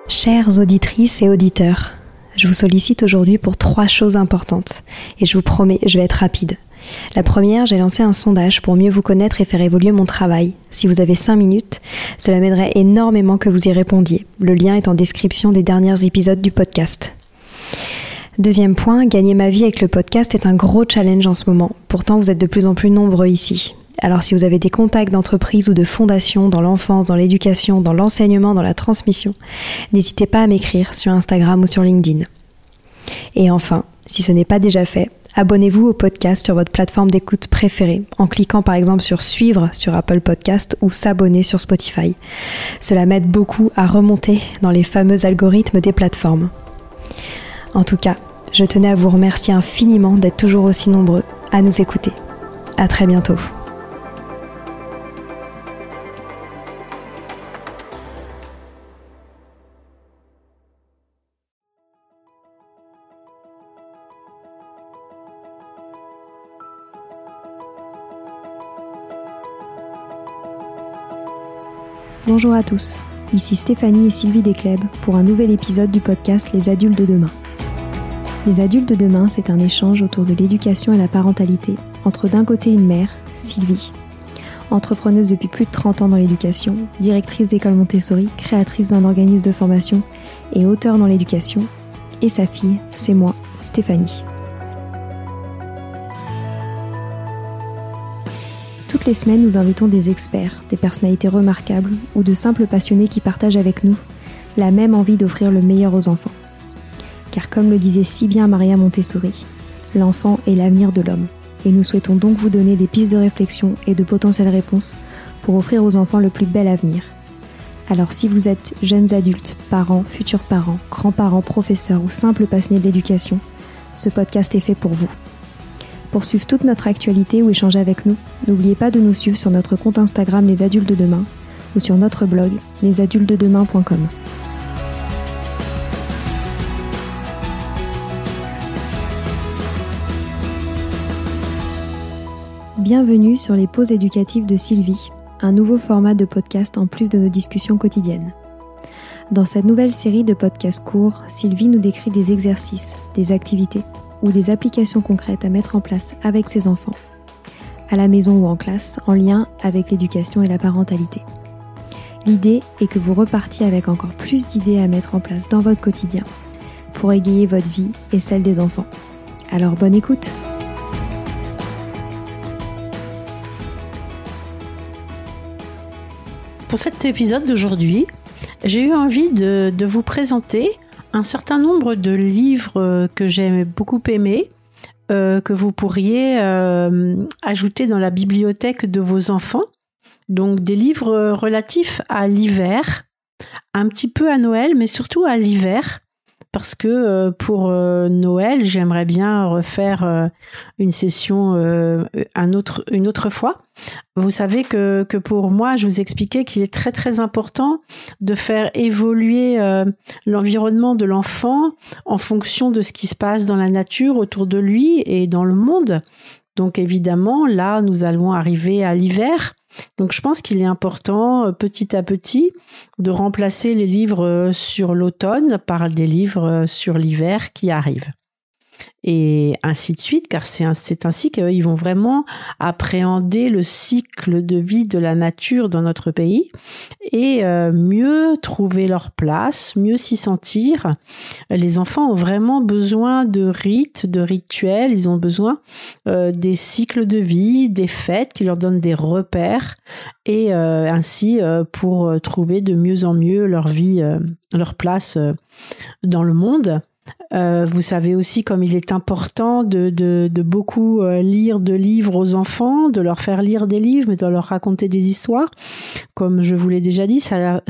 Chères auditrices et auditeurs, je vous sollicite aujourd'hui pour 3 choses importantes et je vous promets, je vais être rapide. La première, j'ai lancé un sondage pour mieux vous connaître et faire évoluer mon travail. Si vous avez 5 minutes, cela m'aiderait énormément que vous y répondiez. Le lien est en description des derniers épisodes du podcast. Deuxième point, gagner ma vie avec le podcast est un gros challenge en ce moment. Pourtant, vous êtes de plus en plus nombreux ici. Alors si vous avez des contacts d'entreprises ou de fondations dans l'enfance, dans l'éducation, dans l'enseignement, dans la transmission, n'hésitez pas à m'écrire sur Instagram ou sur LinkedIn. Et enfin, si ce n'est pas déjà fait, abonnez-vous au podcast sur votre plateforme d'écoute préférée en cliquant par exemple sur suivre sur Apple Podcast ou s'abonner sur Spotify. Cela m'aide beaucoup à remonter dans les fameux algorithmes des plateformes. En tout cas, je tenais à vous remercier infiniment d'être toujours aussi nombreux à nous écouter. À très bientôt. Bonjour à tous, ici Stéphanie et Sylvie Descleb pour un nouvel épisode du podcast Les Adultes de demain. Les Adultes de demain, c'est un échange autour de l'éducation et la parentalité entre d'un côté une mère, Sylvie, entrepreneuse depuis plus de 30 ans dans l'éducation, directrice d'école Montessori, créatrice d'un organisme de formation et auteure dans l'éducation, et sa fille, c'est moi, Stéphanie. Toutes les semaines, nous invitons des experts, des personnalités remarquables ou de simples passionnés qui partagent avec nous la même envie d'offrir le meilleur aux enfants. Car comme le disait si bien Maria Montessori, l'enfant est l'avenir de l'homme. Et nous souhaitons donc vous donner des pistes de réflexion et de potentielles réponses pour offrir aux enfants le plus bel avenir. Alors si vous êtes jeunes adultes, parents, futurs parents, grands-parents, professeurs ou simples passionnés de l'éducation, ce podcast est fait pour vous. Pour suivre toute notre actualité ou échanger avec nous, n'oubliez pas de nous suivre sur notre compte Instagram Les Adultes de Demain ou sur notre blog lesadultesdedemain.com. Bienvenue sur les pauses éducatives de Sylvie, un nouveau format de podcast en plus de nos discussions quotidiennes. Dans cette nouvelle série de podcasts courts, Sylvie nous décrit des exercices, des activités ou des applications concrètes à mettre en place avec ses enfants, à la maison ou en classe, en lien avec l'éducation et la parentalité. L'idée est que vous repartiez avec encore plus d'idées à mettre en place dans votre quotidien pour égayer votre vie et celle des enfants. Alors bonne écoute! Pour cet épisode d'aujourd'hui, j'ai eu envie de vous présenter un certain nombre de livres que j'ai beaucoup aimés, que vous pourriez ajouter dans la bibliothèque de vos enfants. Donc des livres relatifs à l'hiver, un petit peu à Noël, mais surtout à l'hiver, parce que pour Noël, j'aimerais bien refaire une session une autre fois. Vous savez que pour moi, je vous expliquais qu'il est très très important de faire évoluer l'environnement de l'enfant en fonction de ce qui se passe dans la nature autour de lui et dans le monde. Donc évidemment, là, nous allons arriver à l'hiver. Donc je pense qu'il est important petit à petit de remplacer les livres sur l'automne par des livres sur l'hiver qui arrivent. Et ainsi de suite, car c'est ainsi qu'ils vont vraiment appréhender le cycle de vie de la nature dans notre pays et mieux trouver leur place, mieux s'y sentir. Les enfants ont vraiment besoin de rites, de rituels, ils ont besoin des cycles de vie, des fêtes qui leur donnent des repères et ainsi pour trouver de mieux en mieux leur vie, leur place dans le monde. Vous savez aussi comme il est important de beaucoup lire de livres aux enfants, de leur faire lire des livres, mais de leur raconter des histoires. Comme je vous l'ai déjà dit,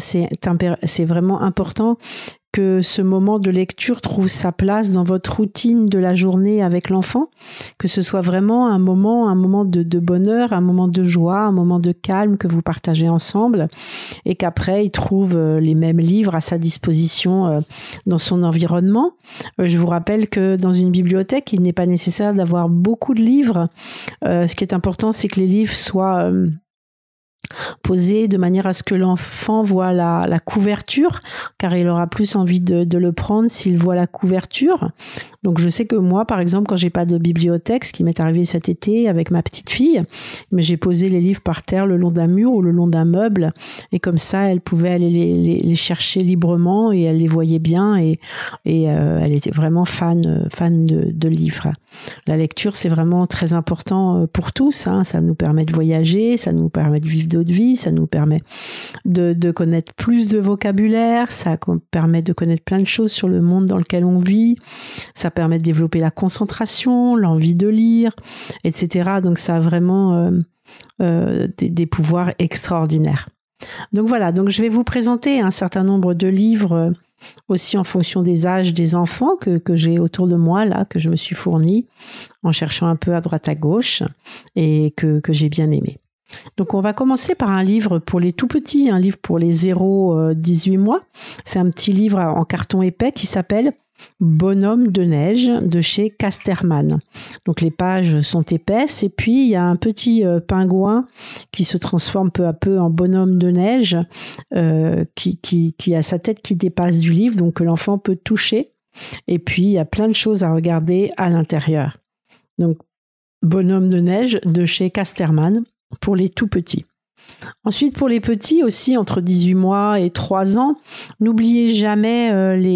c'est vraiment important que ce moment de lecture trouve sa place dans votre routine de la journée avec l'enfant, que ce soit vraiment un moment de bonheur, un moment de joie, un moment de calme que vous partagez ensemble et qu'après il trouve les mêmes livres à sa disposition dans son environnement. Je vous rappelle que dans une bibliothèque, il n'est pas nécessaire d'avoir beaucoup de livres. Ce qui est important, c'est que les livres soient posé de manière à ce que l'enfant voit la couverture, car il aura plus envie de le prendre s'il voit la couverture. Donc je sais que moi, par exemple, quand j'ai pas de bibliothèque, ce qui m'est arrivé cet été avec ma petite fille, mais j'ai posé les livres par terre le long d'un mur ou le long d'un meuble, et comme ça, elle pouvait aller les chercher librement et elle les voyait bien, et elle était vraiment fan de livres. La lecture, c'est vraiment très important pour tous, hein. Ça nous permet de voyager, ça nous permet de vivre d'autres vies, ça nous permet de connaître plus de vocabulaire, ça permet de connaître plein de choses sur le monde dans lequel on vit, ça permet de développer la concentration, l'envie de lire, etc. Donc ça a vraiment des pouvoirs extraordinaires. Donc voilà, donc je vais vous présenter un certain nombre de livres aussi en fonction des âges des enfants que j'ai autour de moi, là, que je me suis fourni en cherchant un peu à droite à gauche et que j'ai bien aimé. Donc on va commencer par un livre pour les tout petits, un livre pour les 0-18 mois. C'est un petit livre en carton épais qui s'appelle Bonhomme de neige de chez Casterman. Donc les pages sont épaisses et puis il y a un petit pingouin qui se transforme peu à peu en bonhomme de neige qui a sa tête qui dépasse du livre, donc que l'enfant peut toucher. Et puis il y a plein de choses à regarder à l'intérieur. Donc Bonhomme de neige de chez Casterman pour les tout petits. Ensuite, pour les petits aussi, entre 18 mois et 3 ans, n'oubliez jamais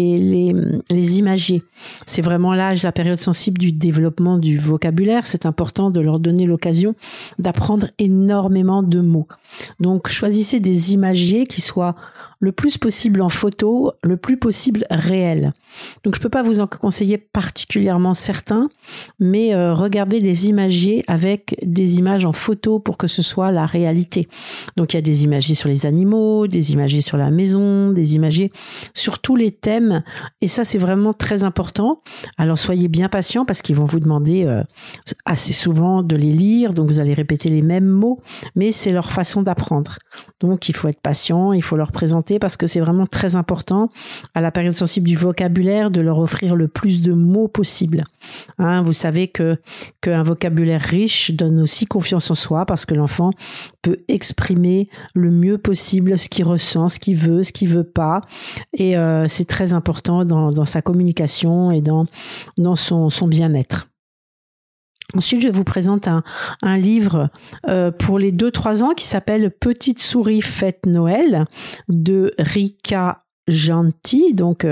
les imagiers. C'est vraiment l'âge, la période sensible du développement du vocabulaire. C'est important de leur donner l'occasion d'apprendre énormément de mots. Donc, choisissez des imagiers qui soient le plus possible en photo, le plus possible réels. Donc, je ne peux pas vous en conseiller particulièrement certains, mais regardez les imagiers avec des images en photo pour que ce soit la réalité. Donc, il y a des imagiers sur les animaux, des imagiers sur la maison, des imagiers sur tous les thèmes. Et ça, c'est vraiment très important. Alors, soyez bien patients parce qu'ils vont vous demander assez souvent de les lire. Donc, vous allez répéter les mêmes mots, mais c'est leur façon d'apprendre. Donc, il faut être patient, il faut leur présenter parce que c'est vraiment très important à la période sensible du vocabulaire de leur offrir le plus de mots possible. Hein, vous savez qu'un vocabulaire riche donne aussi confiance en soi parce que l'enfant peut exprimer le mieux possible ce qu'il ressent, ce qu'il veut pas. Et c'est très important dans sa communication et dans son bien-être. Ensuite, je vous présente un livre pour les 2-3 ans qui s'appelle Petite souris fête Noël de Rika Janti, donc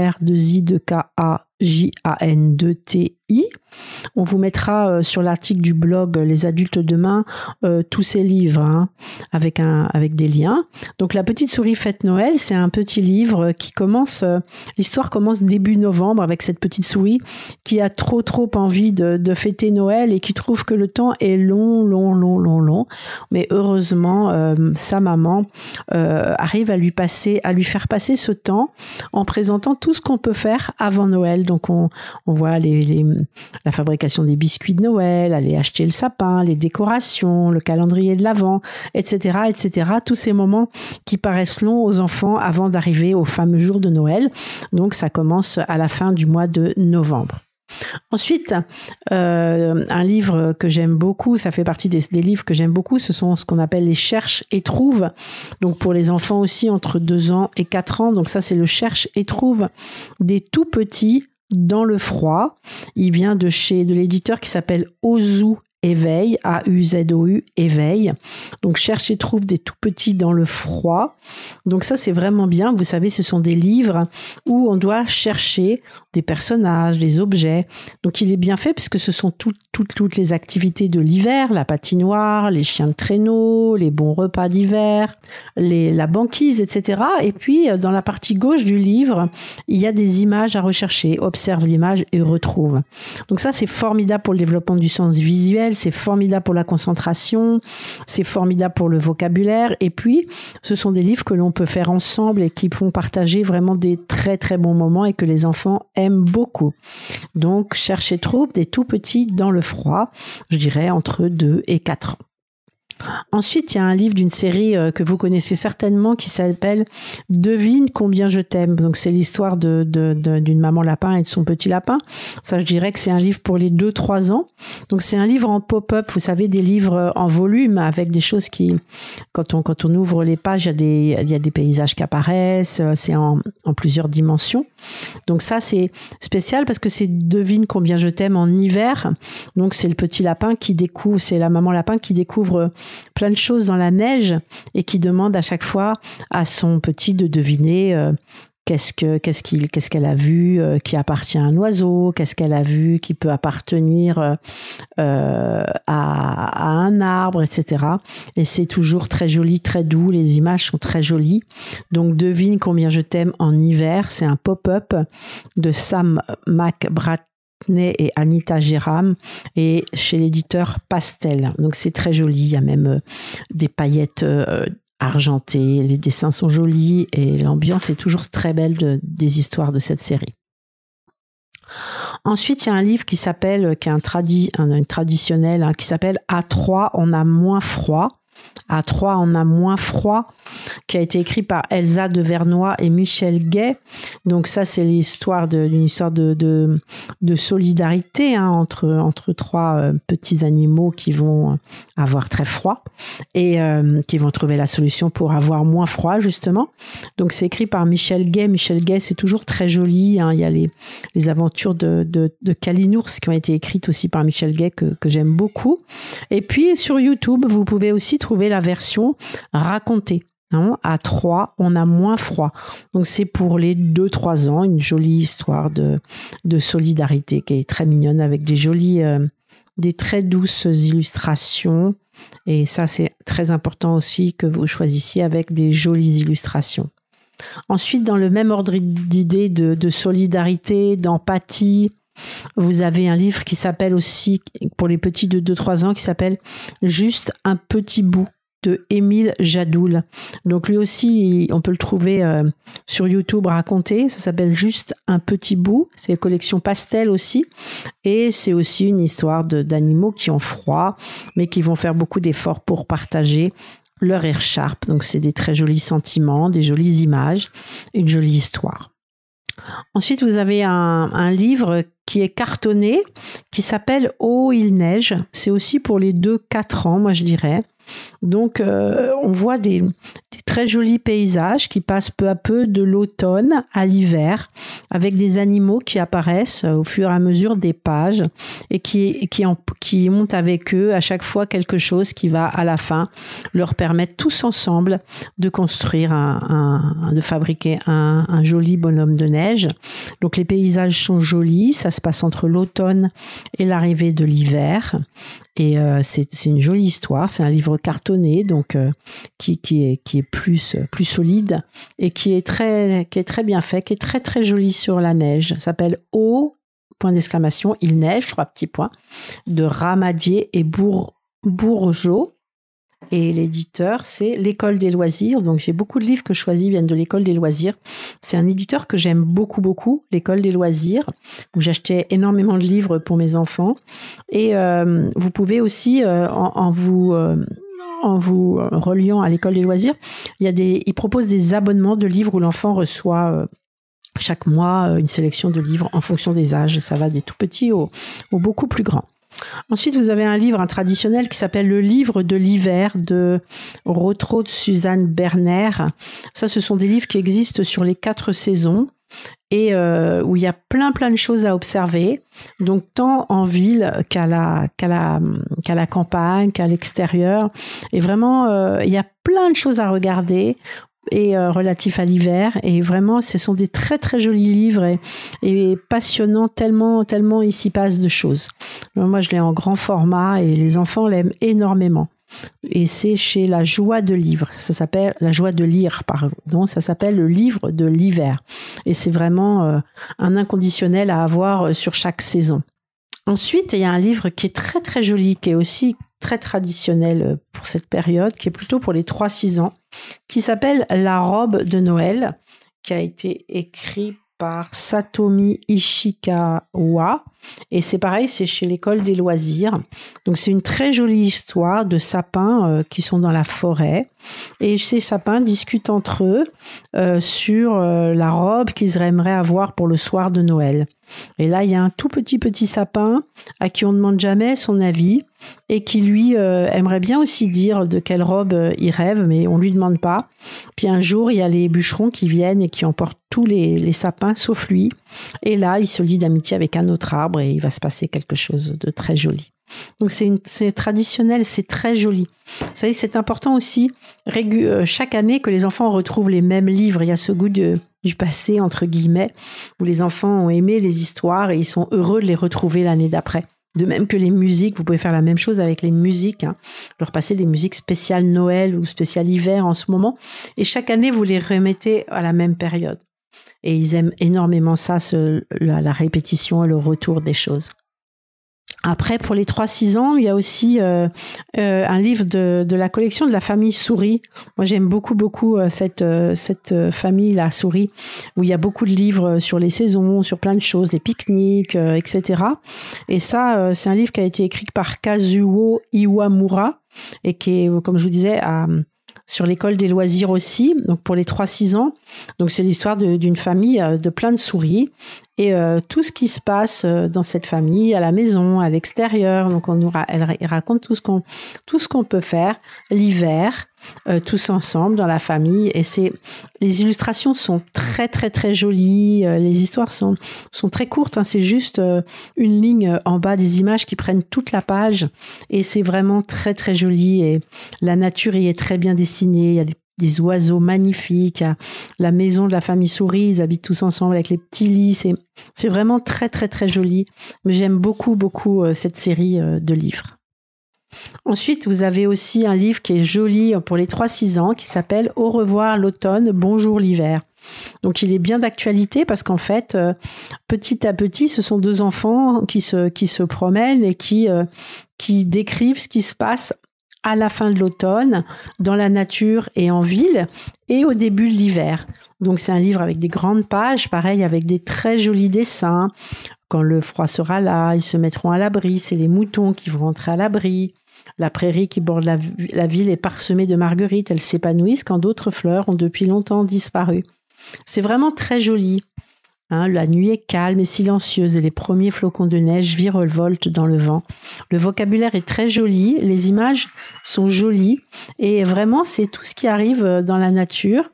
R2I2KAJAN2TI. On vous mettra sur l'article du blog Les adultes demain tous ces livres hein, avec des liens. Donc la petite souris fête Noël, c'est un petit livre qui commence, l'histoire commence début novembre avec cette petite souris qui a trop envie de fêter Noël et qui trouve que le temps est long. Mais heureusement, sa maman arrive à lui faire passer ce temps en présentant tout ce qu'on peut faire avant Noël. Donc on voit la fabrication des biscuits de Noël, aller acheter le sapin, les décorations, le calendrier de l'Avent, etc., etc. Tous ces moments qui paraissent longs aux enfants avant d'arriver au fameux jour de Noël. Donc ça commence à la fin du mois de novembre. Ensuite, un livre que j'aime beaucoup, ça fait partie des livres que j'aime beaucoup, ce sont ce qu'on appelle les Cherche et Trouve. Donc pour les enfants aussi entre 2 ans et 4 ans. Donc ça c'est le Cherche et Trouve des tout petits dans le froid. Il vient de l'éditeur qui s'appelle Ozu Éveil, A-U-Z-O-U, Éveil. Donc, cherche et trouve des tout petits dans le froid. Donc ça, c'est vraiment bien. Vous savez, ce sont des livres où on doit chercher des personnages, des objets. Donc, il est bien fait puisque ce sont toutes les activités de l'hiver, la patinoire, les chiens de traîneau, les bons repas d'hiver, la banquise, etc. Et puis, dans la partie gauche du livre, il y a des images à rechercher. Observe l'image et retrouve. Donc ça, c'est formidable pour le développement du sens visuel. C'est formidable pour la concentration, c'est formidable pour le vocabulaire. Et puis, ce sont des livres que l'on peut faire ensemble et qui font partager vraiment des très très bons moments et que les enfants aiment beaucoup. Donc, cherche et trouve des tout petits dans le froid, je dirais entre 2 et 4 ans. Ensuite, il y a un livre d'une série que vous connaissez certainement qui s'appelle « Devine combien je t'aime ». Donc, c'est l'histoire d'une maman lapin et de son petit lapin. Ça, je dirais que c'est un livre pour les 2-3 ans. Donc, c'est un livre en pop-up. Vous savez, des livres en volume avec des choses qui, quand on ouvre les pages, il y a des paysages qui apparaissent. C'est en plusieurs dimensions. Donc, ça, c'est spécial parce que c'est « Devine combien je t'aime » en hiver. Donc, c'est le petit lapin qui découvre, c'est la maman lapin qui découvre plein de choses dans la neige et qui demande à chaque fois à son petit de deviner qu'est-ce qu'elle a vu qui appartient à un oiseau, qu'est-ce qu'elle a vu qui peut appartenir à un arbre, etc. Et c'est toujours très joli, très doux, les images sont très jolies. Donc Devine combien je t'aime en hiver, c'est un pop-up de Sam McBride et Anita Geram et chez l'éditeur Pastel. Donc c'est très joli, il y a même des paillettes argentées, les dessins sont jolis et l'ambiance est toujours très belle des histoires de cette série. Ensuite, il y a un livre qui s'appelle, qui est un traditionnel, qui s'appelle À3, on a moins froid. À3, on a moins froid, qui a été écrit par Elsa de Vernois et Michel Gay. Donc ça, c'est d'une histoire de solidarité entre trois petits animaux qui vont avoir très froid et qui vont trouver la solution pour avoir moins froid, justement. Donc c'est écrit par Michel Gay. Michel Gay, c'est toujours très joli. Il y a les aventures de Kalinours qui ont été écrites aussi par Michel Gay que j'aime beaucoup. Et puis sur YouTube, vous pouvez aussi trouver la version racontée. À3, on a moins froid. Donc c'est pour les 2-3 ans, une jolie histoire de solidarité qui est très mignonne avec des très douces illustrations. Et ça, c'est très important aussi que vous choisissiez avec des jolies illustrations. Ensuite, dans le même ordre d'idées de solidarité, d'empathie, vous avez un livre qui s'appelle aussi, pour les petits de 2-3 ans, qui s'appelle « Juste un petit bout » de Émile Jadoul. Donc lui aussi, on peut le trouver sur YouTube raconté. Ça s'appelle Juste un petit bout. C'est une collection Pastel aussi. Et c'est aussi une histoire d'animaux qui ont froid, mais qui vont faire beaucoup d'efforts pour partager leur écharpe. Donc c'est des très jolis sentiments, des jolies images, une jolie histoire. Ensuite, vous avez un livre qui est cartonné, qui s'appelle « Oh, il neige ». C'est aussi pour les 2-4 ans, moi je dirais. Donc, on voit des très jolis paysages qui passent peu à peu de l'automne à l'hiver, avec des animaux qui apparaissent au fur et à mesure des pages et qui ont avec eux à chaque fois quelque chose qui va à la fin leur permettre tous ensemble de construire de fabriquer un joli bonhomme de neige. Donc, les paysages sont jolis, ça se passe entre l'automne et l'arrivée de l'hiver. Et c'est une jolie histoire, c'est un livre cartonné, donc qui est plus solide et qui est très bien fait, qui est très très joli sur la neige. Ça s'appelle Oh, point d'exclamation, il neige, 3 petits points, de Ramadier et Bourgeot. Et l'éditeur, c'est l'École des loisirs. Donc, j'ai beaucoup de livres que je choisis viennent de l'École des loisirs. C'est un éditeur que j'aime beaucoup, beaucoup, l'École des loisirs, où j'achetais énormément de livres pour mes enfants. Et vous pouvez aussi, en vous reliant à l'École des loisirs, ils proposent des abonnements de livres où l'enfant reçoit chaque mois une sélection de livres en fonction des âges. Ça va des tout petits aux beaucoup plus grands. Ensuite, vous avez un traditionnel qui s'appelle Le livre de l'hiver de Rotrode Suzanne Berner. Ça, ce sont des livres qui existent sur les 4 saisons et où il y a plein de choses à observer. Donc, tant en ville qu'à la campagne, qu'à l'extérieur. Et vraiment, il y a plein de choses à regarder et relatif à l'hiver, et vraiment ce sont des très très jolis livres et passionnants, tellement il s'y passe de choses. Donc, moi je l'ai en grand format et les enfants l'aiment énormément, et c'est chez La Joie de Lire, ça s'appelle La Joie de Lire, pardon, ça s'appelle Le livre de l'hiver, et c'est vraiment un inconditionnel à avoir sur chaque saison. Ensuite, il y a un livre qui est très très joli, qui est aussi très traditionnel pour cette période, qui est plutôt pour les 3-6 ans, qui s'appelle La robe de Noël, qui a été écrit par Satomi Ishikawa. Et c'est pareil, c'est chez l'École des loisirs. Donc c'est une très jolie histoire de sapins qui sont dans la forêt. Et ces sapins discutent entre eux sur la robe qu'ils aimeraient avoir pour le soir de Noël. Et là, il y a un tout petit sapin à qui on ne demande jamais son avis et qui, lui, aimerait bien aussi dire de quelle robe il rêve, mais on ne lui demande pas. Puis un jour, il y a les bûcherons qui viennent et qui emportent tous les sapins, sauf lui. Et là, il se lie d'amitié avec un autre arbre et il va se passer quelque chose de très joli. Donc c'est traditionnel, c'est très joli. Vous savez, c'est important aussi, chaque année, que les enfants retrouvent les mêmes livres. Il y a ce goût du passé, entre guillemets, où les enfants ont aimé les histoires et ils sont heureux de les retrouver l'année d'après. De même que les musiques, vous pouvez faire la même chose avec les musiques, leur passer des musiques spéciales Noël ou spéciales hiver en ce moment. Et chaque année, vous les remettez à la même période. Et ils aiment énormément ça, la répétition et le retour des choses. Après, pour les 3-6 ans, il y a aussi un livre de la collection de la famille Souris. Moi, j'aime beaucoup cette famille, la Souris, où il y a beaucoup de livres sur les saisons, sur plein de choses, les pique-niques, etc. Et ça, c'est un livre qui a été écrit par Kazuo Iwamura et qui est, comme je vous disais, sur l'École des loisirs aussi, donc pour les 3-6 ans. Donc c'est l'histoire d'une famille de plein de souris et tout ce qui se passe dans cette famille, à la maison, à l'extérieur. Donc elle raconte tout ce qu'on peut faire l'hiver, tous ensemble dans la famille. Et les illustrations sont très très très jolies. Les histoires sont très courtes. C'est juste une ligne en bas des images qui prennent toute la page et c'est vraiment très très joli. Et la nature y est très bien dessinée. Il y a des oiseaux magnifiques, la maison de la famille Souris, ils habitent tous ensemble avec les petits lits, c'est vraiment très très très joli. J'aime beaucoup cette série de livres. Ensuite, vous avez aussi un livre qui est joli pour les 3-6 ans qui s'appelle « Au revoir l'automne, bonjour l'hiver ». Donc il est bien d'actualité parce qu'en fait, petit à petit, ce sont 2 enfants qui se promènent et qui décrivent ce qui se passe à la fin de l'automne, dans la nature et en ville, et au début de l'hiver. Donc c'est un livre avec des grandes pages, pareil, avec des très jolis dessins. Quand le froid sera là, ils se mettront à l'abri, c'est les moutons qui vont rentrer à l'abri. La prairie qui borde la ville est parsemée de marguerites, elles s'épanouissent quand d'autres fleurs ont depuis longtemps disparu. C'est vraiment très joli. La nuit est calme et silencieuse et les premiers flocons de neige virevoltent dans le vent. Le vocabulaire est très joli, les images sont jolies et vraiment c'est tout ce qui arrive dans la nature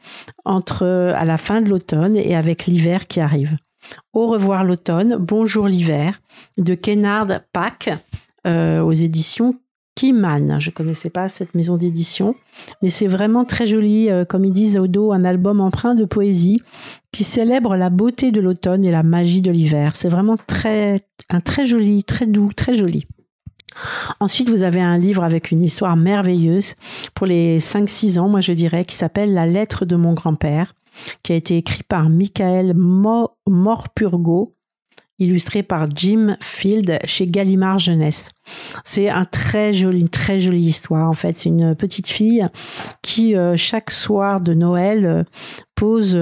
à la fin de l'automne et avec l'hiver qui arrive. Au revoir l'automne, bonjour l'hiver de Kennard Pack aux éditions Kiman. Je ne connaissais pas cette maison d'édition, mais c'est vraiment très joli, comme ils disent au dos, un album empreint de poésie qui célèbre la beauté de l'automne et la magie de l'hiver. C'est vraiment un très joli, très doux, très joli. Ensuite, vous avez un livre avec une histoire merveilleuse pour les 5-6 ans, moi je dirais, qui s'appelle « La lettre de mon grand-père », qui a été écrit par Michael Morpurgo, illustré par Jim Field chez Gallimard Jeunesse. C'est une très jolie histoire. En fait, c'est une petite fille qui, chaque soir de Noël, pose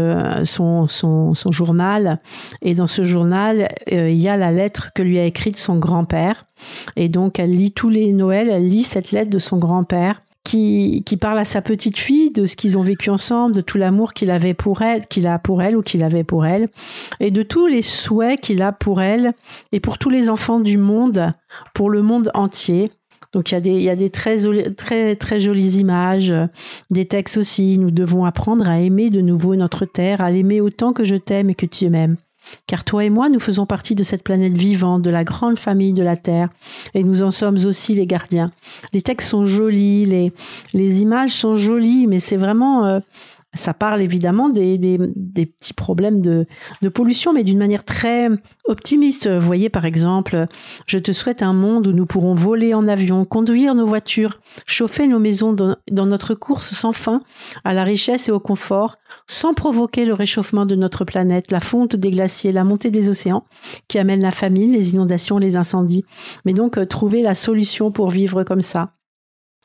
son journal. Et dans ce journal, il y a la lettre que lui a écrite son grand-père. Et donc, elle lit tous les Noëls, elle lit cette lettre de son grand-père qui parle à sa petite fille de ce qu'ils ont vécu ensemble, de tout l'amour qu'il avait pour elle, qu'il a pour elle ou qu'il avait pour elle, et de tous les souhaits qu'il a pour elle et pour tous les enfants du monde, pour le monde entier. Donc il y a des très très jolies images, des textes aussi. Nous devons apprendre à aimer de nouveau notre terre, à l'aimer autant que je t'aime et que tu m'aimes. Car toi et moi, nous faisons partie de cette planète vivante, de la grande famille de la Terre, et nous en sommes aussi les gardiens. Les textes sont jolis, les images sont jolies, mais c'est vraiment... ça parle évidemment des petits problèmes de pollution, mais d'une manière très optimiste. Vous voyez, par exemple, je te souhaite un monde où nous pourrons voler en avion, conduire nos voitures, chauffer nos maisons dans notre course sans fin à la richesse et au confort, sans provoquer le réchauffement de notre planète, la fonte des glaciers, la montée des océans qui amène la famine, les inondations, les incendies. Mais donc, trouver la solution pour vivre comme ça.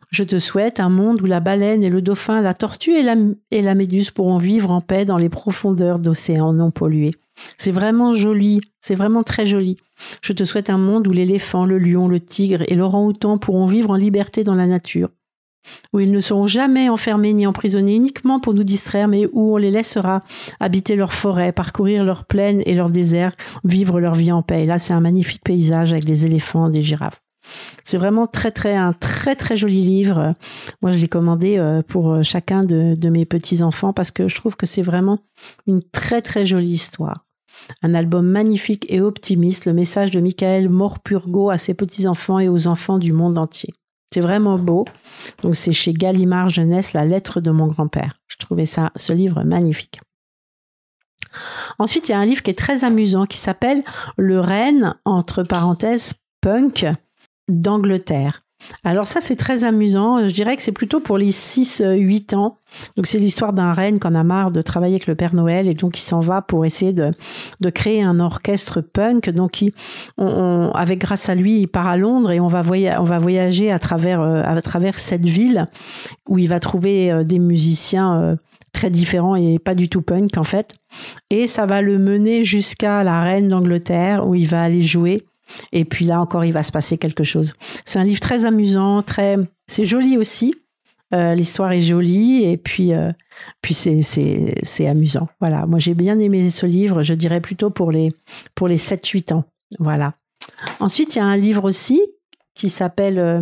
Je te souhaite un monde où la baleine et le dauphin, la tortue et la méduse pourront vivre en paix dans les profondeurs d'océans non pollués. C'est vraiment joli, c'est vraiment très joli. Je te souhaite un monde où l'éléphant, le lion, le tigre et l'orang-outan pourront vivre en liberté dans la nature, où ils ne seront jamais enfermés ni emprisonnés uniquement pour nous distraire, mais où on les laissera habiter leurs forêts, parcourir leurs plaines et leurs déserts, vivre leur vie en paix. Et là, c'est un magnifique paysage avec des éléphants, des girafes. C'est vraiment un très joli livre. Moi, je l'ai commandé pour chacun de mes petits-enfants parce que je trouve que c'est vraiment une très jolie histoire. Un album magnifique et optimiste, le message de Michael Morpurgo à ses petits-enfants et aux enfants du monde entier. C'est vraiment beau. Donc, c'est chez Gallimard Jeunesse, La lettre de mon grand-père. Je trouvais ce livre magnifique. Ensuite, il y a un livre qui est très amusant qui s'appelle Le renne, entre parenthèses, punk d'Angleterre. Alors ça, c'est très amusant. Je dirais que c'est plutôt pour les 6-8 ans. Donc c'est l'histoire d'un renne qui en a marre de travailler avec le Père Noël et donc il s'en va pour essayer de créer un orchestre punk. Donc grâce à lui, il part à Londres et on va voyager à travers cette ville où il va trouver des musiciens très différents et pas du tout punk en fait. Et ça va le mener jusqu'à la reine d'Angleterre où il va aller jouer. Et puis là encore, il va se passer quelque chose. C'est un livre très amusant, c'est joli aussi. L'histoire est jolie et puis c'est amusant. Voilà, moi j'ai bien aimé ce livre. Je dirais plutôt pour les 7-8 ans. Voilà. Ensuite, il y a un livre aussi qui s'appelle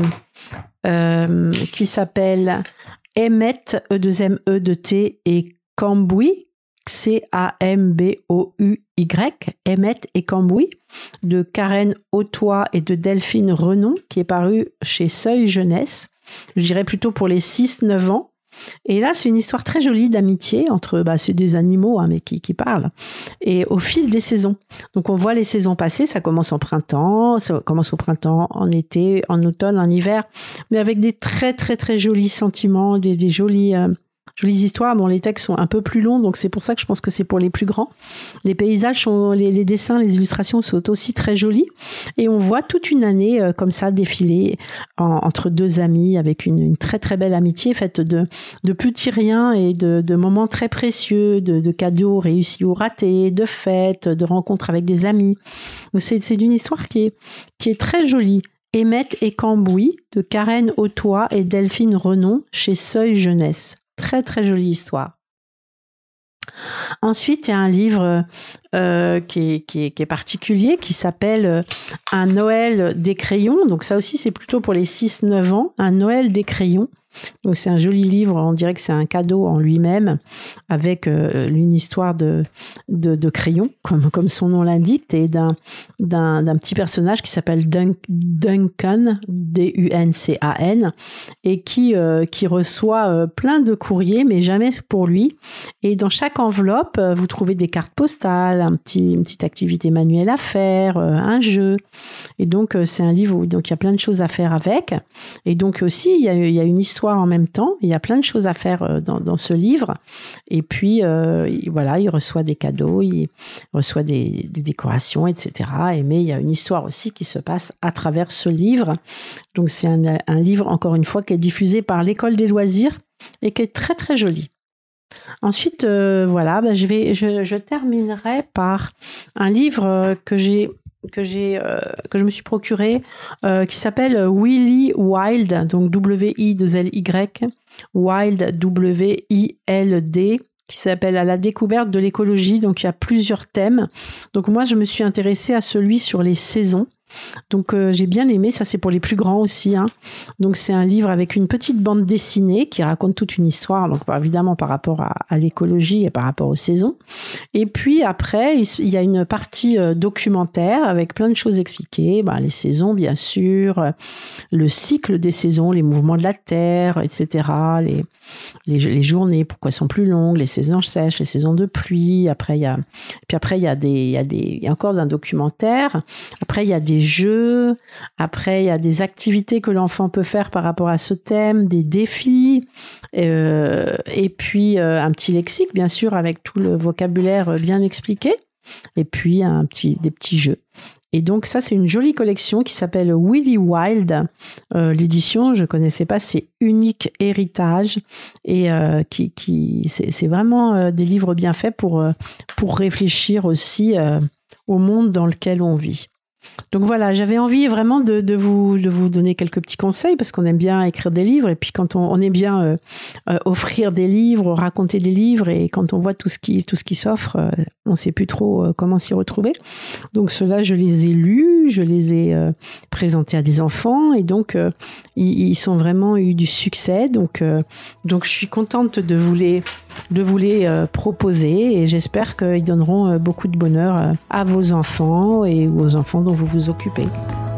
Emmett, E2ME2T et Cambouis. Cambouy, Emmett et Cambouis, de Karen Autois et de Delphine Renon, qui est paru chez Seuil Jeunesse. Je dirais plutôt pour les 6-9 ans. Et là, c'est une histoire très jolie d'amitié entre, c'est des animaux, mais qui parlent. Et au fil des saisons. Donc, on voit les saisons passer. Ça commence au printemps, en été, en automne, en hiver, mais avec des très jolis sentiments, des jolies histoires dont les textes sont un peu plus longs, donc c'est pour ça que je pense que c'est pour les plus grands. Les paysages sont, les dessins, les illustrations sont aussi très jolis et on voit toute une année comme ça défiler entre deux amis avec une très belle amitié faite de petits riens et de moments très précieux, de cadeaux réussis ou ratés, de fêtes, de rencontres avec des amis. Donc c'est une histoire qui est très jolie. Emmett et Cambouis de Karen Autois et Delphine Renon chez Seuil Jeunesse. Très jolie histoire. Ensuite, il y a un livre qui est particulier qui s'appelle Un Noël des crayons. Donc ça aussi, c'est plutôt pour les 6-9 ans. Un Noël des crayons. Donc c'est un joli livre, on dirait que c'est un cadeau en lui-même, avec une histoire de crayon, comme son nom l'indique, et d'un petit personnage qui s'appelle Duncan, D-U-N-C-A-N, et qui reçoit plein de courriers, mais jamais pour lui. Et dans chaque enveloppe, vous trouvez des cartes postales, une petite activité manuelle à faire, un jeu. Et donc c'est un livre où donc il y a plein de choses à faire avec. Et donc aussi il y a une histoire en même temps. Il y a plein de choses à faire dans ce livre. Et puis, voilà, il reçoit des cadeaux, il reçoit des décorations, etc. Mais il y a une histoire aussi qui se passe à travers ce livre. Donc, c'est un livre, encore une fois, qui est diffusé par l'École des loisirs et qui est très joli. Ensuite, voilà, je terminerai par un livre que je me suis procuré, qui s'appelle Willy Wild, donc W-I-2-L-Y, Wild, W-I-L-D, qui s'appelle À la découverte de l'écologie. Donc, il y a plusieurs thèmes. Donc, moi, je me suis intéressée à celui sur les saisons. Donc j'ai bien aimé, ça c'est pour les plus grands aussi, hein. Donc c'est un livre avec une petite bande dessinée qui raconte toute une histoire, donc évidemment par rapport à l'écologie et par rapport aux saisons. Et puis après il y a une partie documentaire avec plein de choses expliquées, les saisons bien sûr, le cycle des saisons, les mouvements de la terre, etc. Les journées, pourquoi elles sont plus longues, les saisons sèches, les saisons de pluie. Après il y a encore un documentaire. Après il y a des jeux, après il y a des activités que l'enfant peut faire par rapport à ce thème, des défis, et puis un petit lexique bien sûr avec tout le vocabulaire bien expliqué, et puis des petits jeux. Et donc ça, c'est une jolie collection qui s'appelle Willy Wild. L'édition, je connaissais pas, c'est Unique Héritage. Et c'est vraiment des livres bien faits pour réfléchir aussi au monde dans lequel on vit. Donc voilà, j'avais envie vraiment de vous donner quelques petits conseils parce qu'on aime bien écrire des livres et puis quand on aime bien offrir des livres, raconter des livres et quand on voit tout ce qui s'offre, on ne sait plus trop comment s'y retrouver. Donc ceux-là, je les ai lus, je les ai présentés à des enfants et donc ils sont vraiment eu du succès. Donc je suis contente de vous les proposer et j'espère qu'ils donneront beaucoup de bonheur à vos enfants et aux enfants dont vous vous occupez.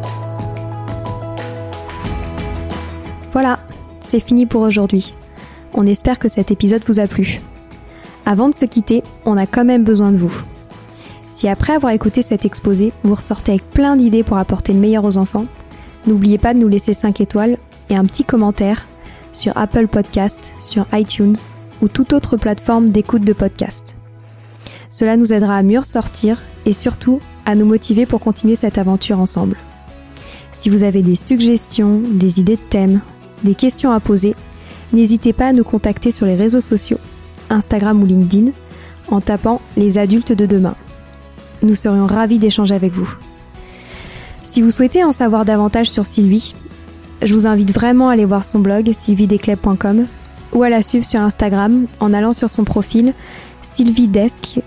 Voilà, c'est fini pour aujourd'hui. On espère que cet épisode vous a plu. Avant de se quitter, on a quand même besoin de vous. Si après avoir écouté cet exposé, vous ressortez avec plein d'idées pour apporter le meilleur aux enfants, n'oubliez pas de nous laisser 5 étoiles et un petit commentaire sur Apple Podcast, sur iTunes ou toute autre plateforme d'écoute de podcast. Cela nous aidera à mieux ressortir et surtout à nous motiver pour continuer cette aventure ensemble. Si vous avez des suggestions, des idées de thèmes, des questions à poser, n'hésitez pas à nous contacter sur les réseaux sociaux, Instagram ou LinkedIn, en tapant « Les adultes de demain ». Nous serions ravis d'échanger avec vous. Si vous souhaitez en savoir davantage sur Sylvie, je vous invite vraiment à aller voir son blog sylviedesclèves.com ou à la suivre sur Instagram en allant sur son profil sylviedesc,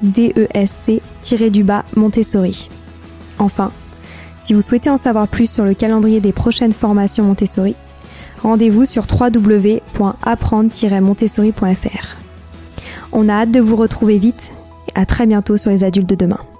Montessori. Enfin, si vous souhaitez en savoir plus sur le calendrier des prochaines formations Montessori, rendez-vous sur www.apprendre-montessori.fr. On a hâte de vous retrouver vite et à très bientôt sur les adultes de demain.